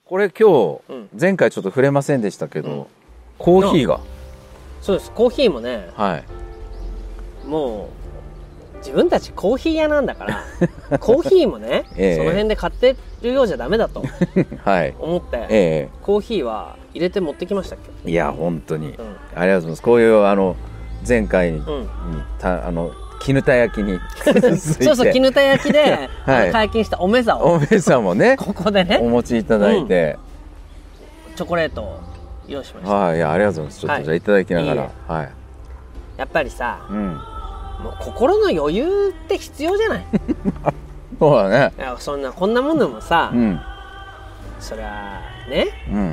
これ今日、前回ちょっと触れませんでしたけど、コーヒーが。 そうです。コーヒーもね、 はい。 もう自分たちコーヒー屋なんだからコーヒーもね、その辺で買ってるようじゃダメだとはい。 思って、コーヒーは入れて持ってきましたっけ。 いや本当に、ありがとうございます。こういう前回に、絹田焼きにそうそう、絹田焼きで、解禁したおめざをおめざもねここでねお持ちいただいて、 チョコレートを用意しました。 はい、いやありがとうございます。ちょっとじゃあいただきながら、はい。 やっぱりさ、もう心の余裕って必要じゃないそうだね。 いやこんなものもさ、そりゃね、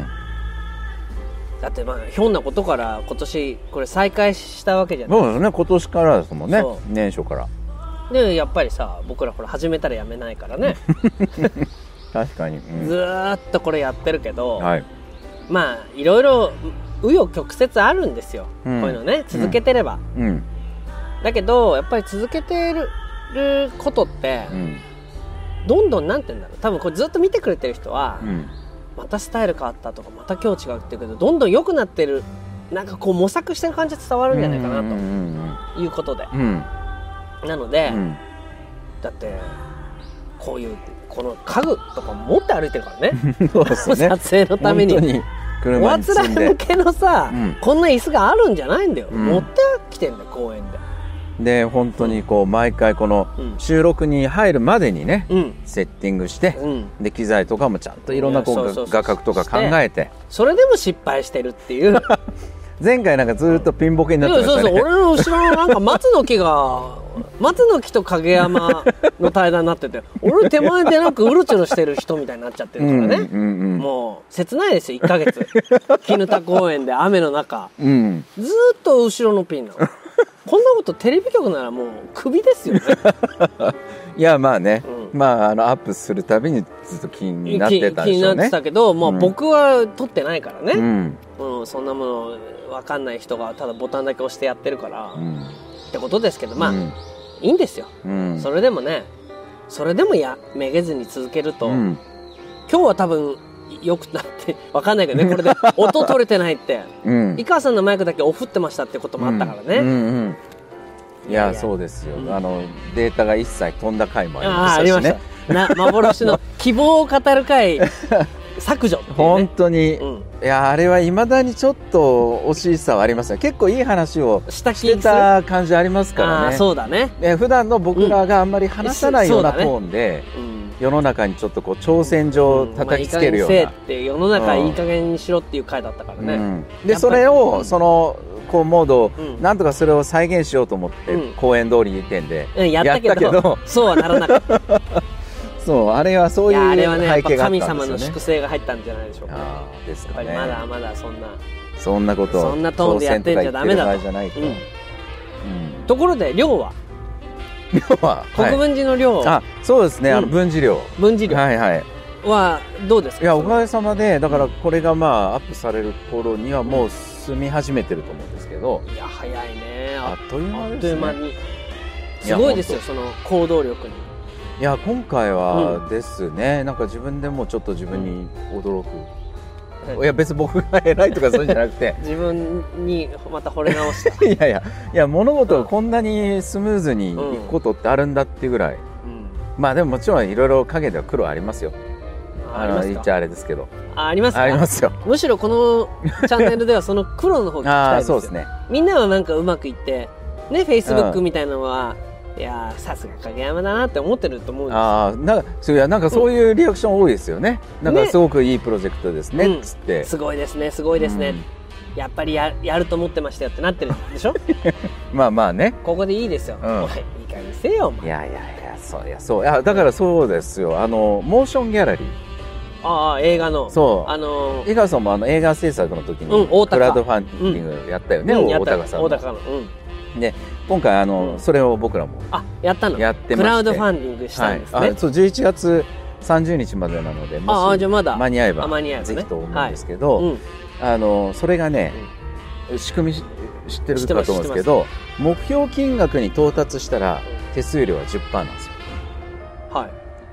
だってひょんなことから今年これ再開したわけじゃない。 そうですね、今年からですもんね、年初から。 でやっぱりさ、僕らこれ始めたらやめないからね確かに、 ずーっとこれやってるけど、まあいろいろ紆余曲折あるんですよ、こういうのね、続けてれば、だけどやっぱり続けてることって、どんどんなんて言うんだろう、多分これずっと見てくれてる人は、またスタイル変わったとか、また今日違うっていうけど、どんどん良くなってる、なんかこう模索してる感じで伝わるんじゃないかなということで、なので、だってこういうこの家具とか持って歩いてるからねそうですね撮影のためにおあつらい向けのさ、こんな椅子があるんじゃないんだよ、持ってきてんだよ、公園で。 で本当にこう毎回この収録に入るまでにね、セッティングして、で機材とかもちゃんといろんなこう画角とか考えて、 それでも失敗してるっていう前回なんかずっとピンボケになってましたね。 そう俺の後ろのなんか松の木と影山の対談になってて、俺手前でなんかうろちょろしてる人みたいになっちゃってるからね、もう切ないですよ。1ヶ月絹田公園で雨の中、ずーっと後ろのピンなのこんなことテレビ局ならもうクビですよねいやまあね、アップするたびにずっと気になってたでしょうね。気になってたけど、僕は撮ってないからね、そんなもの分かんない人がただボタンだけ押してやってるから、ってことですけど、いいんですよ、それでもね、めげずに続けると、今日は多分よくなって分かんないけどね、これで音取れてないって、井川さんのマイクだけオフってましたってこともあったからね。 いやそうですよ、データが一切飛んだ回もありましたしね。 幻の希望を語る回削除っていうね、 本当に、いやあれはいまだにちょっと惜しさはありますね。結構いい話をしてた感じありますからね。 そうだね。 普段の僕らがあんまり話さないようなトーンで、世の中にちょっとこう挑戦状を叩きつけるような、いい加減にせえって世の中いい加減にしろっていう回だったからね、 でそれをそのこうモードをなんとかそれを再現しようと思って公演通り点でやったけど、そうはならなかったそうあれはそういう背景があったんですよね。あれはね、やっぱ神様の粛清が入ったんじゃないでしょうか。 ですかね。 やっぱりまだそんなことそんなトーンでやってんじゃダメだと。ところで寮は国分寺の寮、 そうですね、分寺寮はどうですか。 いやおかげさまで、だからこれがアップされる頃にはもう住み始めてると思うんですけど、 いや早いね、 あっという間ですね。 すごいですよ、その行動力に。 いや今回はですね、なんか自分でもちょっと自分に驚く、いや別に僕が偉いとかそういうんじゃなくて自分にまた惚れ直したいや物事がこんなにスムーズにいくことってあるんだっていうぐらい、でももちろんいろいろ陰では苦労ありますよ。言っちゃあれですけど、 ありますか。 ありますよ。 むしろこのチャンネルではその苦労の方が聞きたいですよ。 そうですね。 みんなはなんかうまくいってね、Facebook みたいなのは、いやさすが影山だなって思ってると思うんですよ。 なんかそういうリアクション多いですよね。なんかすごくいいプロジェクトですねっつって、 すごいですね、すごいですね、やっぱりやると思ってましたよってなってるでしょまあね、 ここでいいですよ、いい加減にせよお前。 いやだからそうですよ、モーションギャラリー、 映画の江川さんも映画制作の時にクラウドファンディングやったよね、大高さんの。で今回それを僕らもやったの、 やってまして、 クラウドファンディングしたんですね。 そう11月30日までなので、もし間に合えばぜひと思うんですけど、それがね、仕組み知ってるかと思うんですけど、目標金額に到達したら手数料は 10% なんですよ。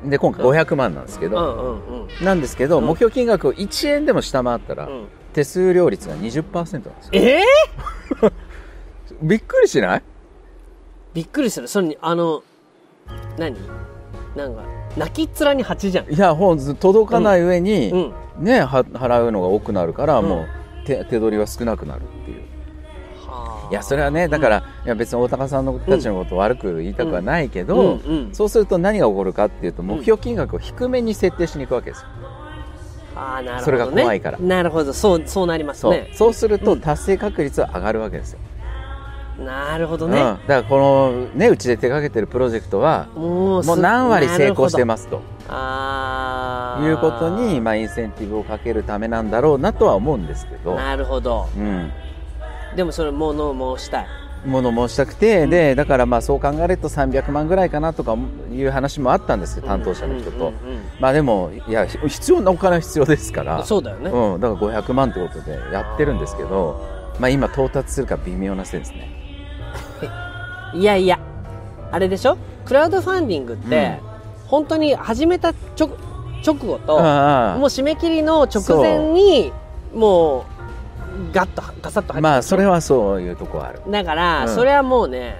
で今回500万なんですけど、なんですけど、目標金額を1円でも下回ったら、手数料率が 20% なんですよ。びっくりしない？ びっくりする。それに何なんか泣きっ面に蜂じゃん。 いや届かない上に、ね払うのが多くなるから、もう手取りは少なくなるっていう。いやそれはねだから、いや別に大高さんのたちのことを悪く言いたくはないけど、そうすると何が起こるかっていうと、目標金額を低めに設定しに行くわけですよ。 なるほどね、 それが怖いから。 なるほど、そうなりますね。 そうすると達成確率は上がるわけですよ。 なるほどね。 だからこのねうちで手掛けてるプロジェクトはもう何割成功してますということに、インセンティブをかけるためなんだろうなとは思うんですけど。 なるほど。でもそれ物申したい。 物申したくて、でだからそう考えると300万ぐらいかなとかいう話もあったんですけど、担当者の人と。でもいや必要なお金は必要ですから。 そうだよね。 だから500万ってことでやってるんですけど、今到達するか微妙な線ですね。 いやいやあれでしょ、クラウドファンディングって、本当に始めた直後と、もう締め切りの直前にもうガサッと入って、 それはそういうとこある。 だから、それはもうね、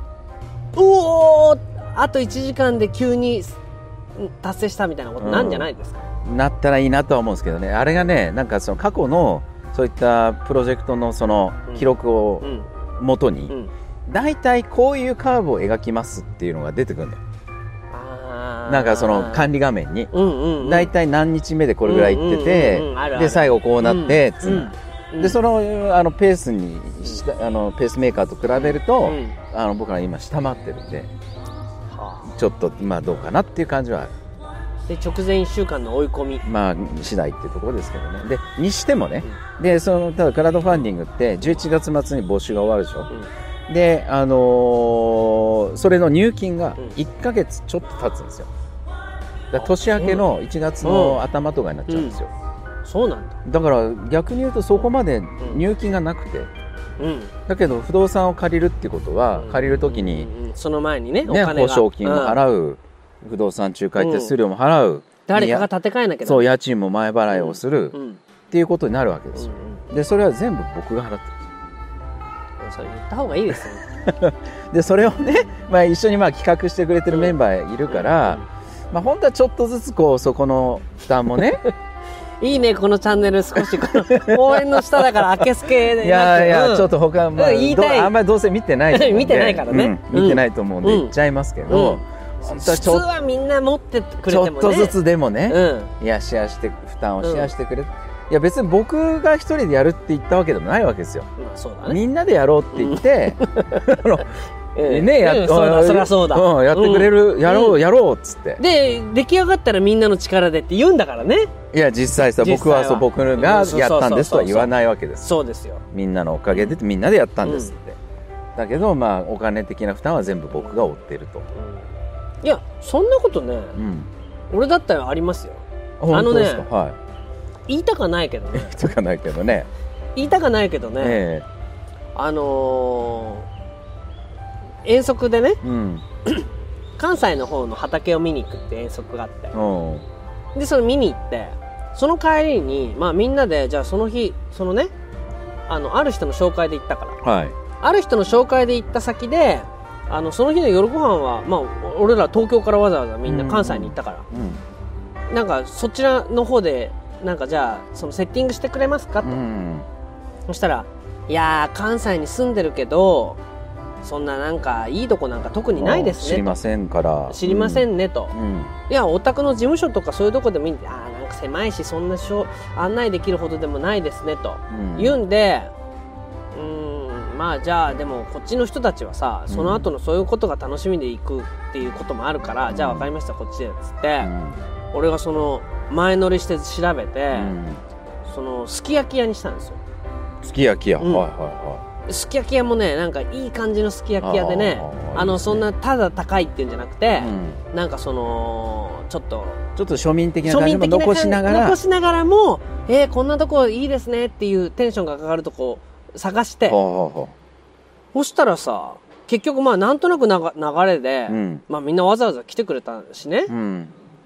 あと1時間で急に達成したみたいなことなんじゃないですか。 なったらいいなとは思うんですけどね。あれがね、なんかその過去のそういったプロジェクトのその記録を元に、だいたいこういうカーブを描きますっていうのが出てくるんだよ。なんかその管理画面にだいたい何日目でこれぐらいいってて、で最後こうなってでそのペースにペースメーカーと比べると、僕ら今下回ってるんで、ちょっと今どうかなっていう感じはある。 で直前1週間の追い込み次第っていうところですけどね。でにしてもね、でただクラウドファンディングって11月末に募集が終わるでしょ。でそれの入金が1ヶ月ちょっと経つんですよ。だから年明けの1月の頭とかになっちゃうんですよ。 そうなんだ。 だから逆に言うとそこまで入金がなくて、だけど不動産を借りるっていうことは、借りるときにその前にねお金が保証金を払う、不動産仲介手数料も払う、 誰かが建て替えなきゃそう家賃も前払いをするっていうことになるわけですよ。でそれは全部僕が払ってる。 それ言った方がいいですよ。 でそれをね、一緒に企画してくれてるメンバーいるから、本当はちょっとずつそこの負担もねいいねこのチャンネル、少しこの公園の下だから明けすけでいや、ちょっと他、あんまりどうせ見てないと思うんで見てないからね、 見てないと思うんで言っちゃいますけど、 普通はみんな持ってくれてもね、 ちょっとずつでもね、いや負担をシェアしてくれ、いや別に僕が一人でやるって言ったわけでもないわけですよ。 そうだね、 みんなでやろうって言ってそりゃそうだ、 やってくれる、やろうっつって、 で出来上がったらみんなの力でって言うんだからね。 いや実際さ、僕がやったんですとは言わないわけです。 そうですよ、 みんなのおかげでみんなでやったんですって、だけどお金的な負担は全部僕が負っていると。 いやそんなことね、俺だったらありますよ。言いたかないけどね。 言いたかないけどね。 遠足でね、関西の方の畑を見に行くって遠足があって、でそれ見に行って、その帰りにみんなでじゃあその日そのねある人の紹介で行ったから、ある人の紹介で行った先でその日の夜ご飯は俺ら東京からわざわざみんな関西に行ったから、なんかそちらの方でなんかじゃあそのセッティングしてくれますかと、そしたらいや関西に住んでるけどそんななんかいいとこなんか特にないですねと、 知りませんから知りませんねと、いやお宅の事務所とかそういうとこでもいいんで、なんか狭いしそんな案内できるほどでもないですねと、言うんで、じゃあでもこっちの人たちはさ、その後のそういうことが楽しみで行くっていうこともあるから、じゃあ分かりましたこっちでっつって、俺がその前乗りして調べて、そのすき焼き屋にしたんですよ。 すき焼き屋、 すき焼き屋もね、なんかいい感じのすき焼き屋でね、そんなただ高いっていうんじゃなくて、なんかそのちょっと庶民的な感じも残しながらも、こんなとこいいですねっていうテンションがかかるとこ探して、そしたらさ、結局なんとなく流れで、みんなわざわざ来てくれたしね、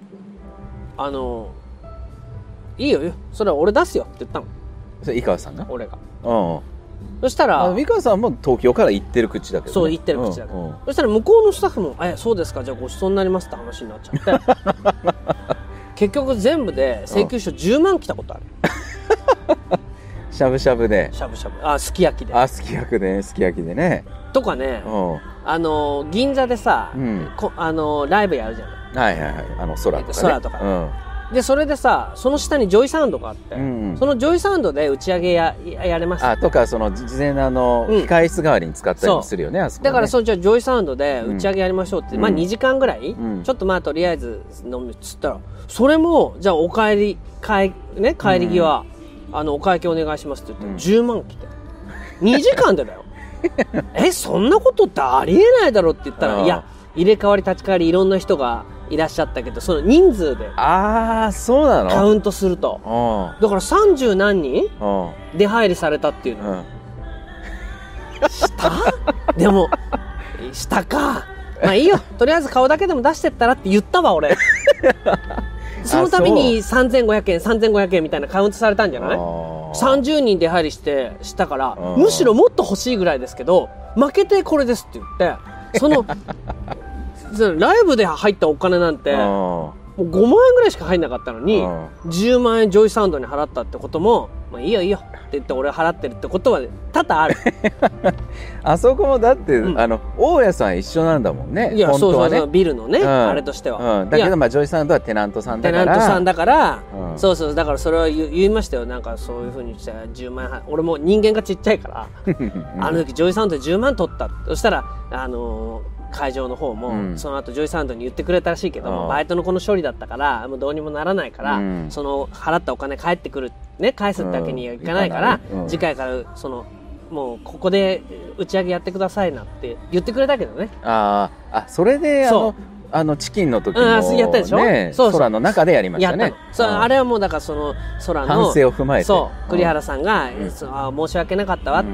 いいよ、それは俺出すよって言ったの。 それ井川さんが？ 俺が。 うん。 そしたら井川さんも東京から行ってる口だけどね。 そう、行ってる口だけど、そしたら向こうのスタッフもそうですか、じゃあご馳走になりますって話になっちゃって結局全部で請求書10万来たことあるしゃぶしゃぶで、 すき焼きで、 すき焼きでねとかね、銀座でさ、ライブやるじゃない。 はいはいはい、空とかね、 空とか、でそれでさ、その下にジョイサウンドがあって、そのジョイサウンドで打ち上げやれますとか、その事前控室代わりに使ったりもするよね、あそこね。 だからじゃあジョイサウンドで打ち上げやりましょうって、まあ2時間ぐらい、ちょっととりあえず飲むっつったら、それもじゃあお帰り際、お会計お願いしますって言ったら10万来て、2時間でだよそんなことってありえないだろって言ったら、いや入れ替わり立ち替わりいろんな人がいらっしゃったけど、その人数でそうなのカウントすると、だから30何人出入りされたっていうの、でもしたか、まあいいよ、とりあえず顔だけでも出してったらって言ったわ俺その度に3500円みたいなカウントされたんじゃない？ 30 人出入りしたから、むしろもっと欲しいぐらいですけど、負けてこれですって言って、ライブで入ったお金なんてもう5万円ぐらいしか入んなかったのに、10万円ジョイサウンドに払ったってことも、まあ、いいよって言って俺払ってるってことは多々あるあそこもだって、大家さん一緒なんだもんね。 いや、 本当はね、 そうビルのね、あれとしては、 だけどジョイサウンドはテナントさんだから、 そうだからそれは言いましたよ。なんかそういう風にして10万円、俺も人間がちっちゃいからあの時ジョイサウンドで10万取った。そしたら会場の方も、その後ジョイサウンドに言ってくれたらしいけども、バイトの子の処理だったからもうどうにもならないから、その払ったお金返ってくるね、返すってわけにはいかないから、次回からもうここで打ち上げやってくださいなって言ってくれたけどね。 それでチキンの時もやったでしょ、 空の中でやりましたね。 あれはもうだからその空の反省を踏まえて、 栗原さんが、申し訳なかったわって、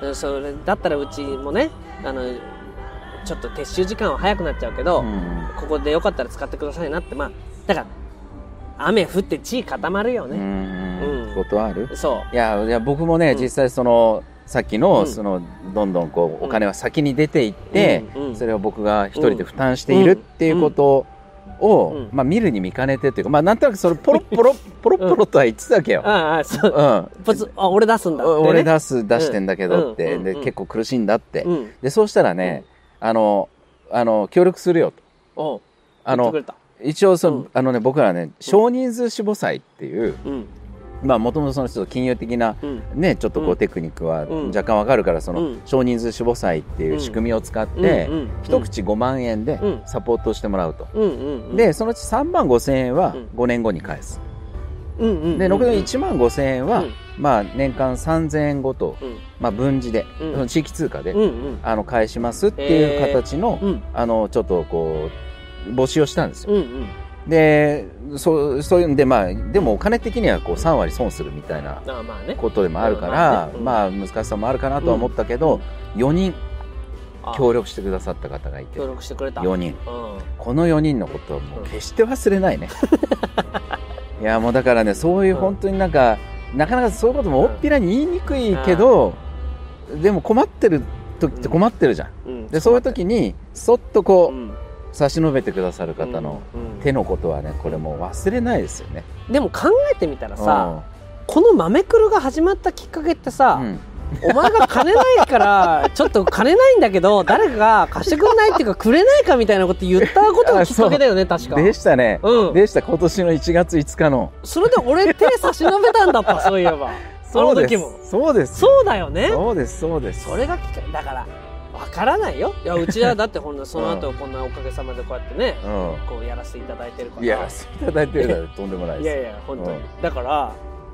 それだったらうちもね、ちょっと撤収時間は早くなっちゃうけど、ここでよかったら使ってくださいなって。まあだから雨降って地固まるよね。 ことある。いや僕もね、実際さっきのどんどんお金は先に出ていって、それを僕が一人で負担しているっていうことを見るに見かねてというか、なんとなくそれポロポロとは言ってたわけよ。 俺出すんだって、 俺出してんだけどって、で結構苦しいんだって、でそうしたらね、協力するよと。一応僕らね、少人数死母祭っていう、もともとそのちょっと金融的なね、ちょっとテクニックは若干わかるから、少人数死母祭っていう仕組みを使って一口5万円でサポートしてもらうと。でそのうち3万5千円は5年後に返す。で残りの1万5千円は年間3000円ごと分次で地域通貨で返しますっていう形のちょっと募集をしたんですよ。でそういうんで、でもお金的には3割損するみたいなことでもあるから、難しさもあるかなとは思ったけど、4人協力してくださった方がいて、 協力してくれた 4人、この4人のことはもう決して忘れないねいやもうだからね、そういう本当になかなかそういうことも大っぴらに言いにくいけど、でも困ってる時って困ってるじゃん。でそういう時にそっと差し伸べてくださる方の手のことはね、これもう忘れないですよね。 でも考えてみたらさ、この豆くるが始まったきっかけってさ、お前が金ないからちょっと金ないんだけど誰かが貸してくれないっていうかくれないかみたいなこと言ったことがきっかけだよね確か。 でしたね、でした。今年の1月5日のそれで俺手差し伸べたんだったそういえばその時も。 そうです、 そうだよね。 そうです、そうです。 それがきっかけだからわからないよ。いやうちはだってほんのその後こんなおかげさまでこうやってね、こうやらせていただいてるから。 やらせていただいてるからとんでもないです。 いやいや本当に、だから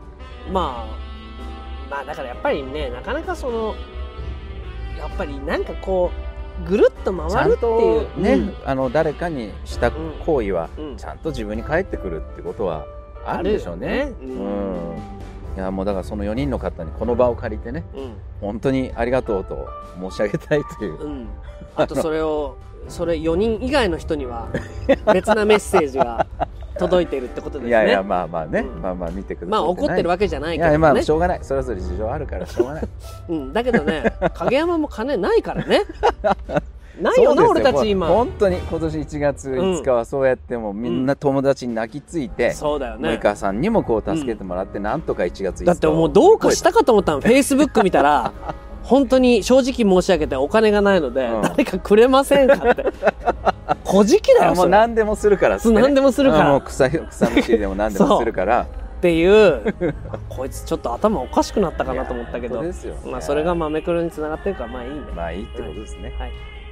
だからやっぱりね、なかなかやっぱりなんかぐるっと回るっていうね、誰かにした行為はちゃんと自分に返ってくるってことはあるでしょうね。いやもうだからその4人の方にこの場を借りてね、本当にありがとうと申し上げたいという、 あとそれ4人以外の人には別なメッセージが届いてるってことですね。 いやいや、まあまあね、まあまあ見てください。 まあ怒ってるわけじゃないけどね。 いや、まあしょうがない。それぞれ事情あるからしょうがない。 だけどね、影山も金ないからね。ないよな、俺たち今。 本当に今年1月5日はそうやってもうみんな友達に泣きついて、 そうだよね。 森川さんにもこう助けてもらって、なんとか1月5日。 だってもうどうかしたかと思ったの。フェイスブック見たら、本当に正直申し上げてお金がないので、誰かくれませんかって。小じきだよ、 もう何でもするからっつってね。 何でもするから。 もう草むしりでも何でもするから。 っていうこいつちょっと頭おかしくなったかなと思ったけど、まあそれが豆黒につながってるからまあいいね。 まあいいってことですね。 はい。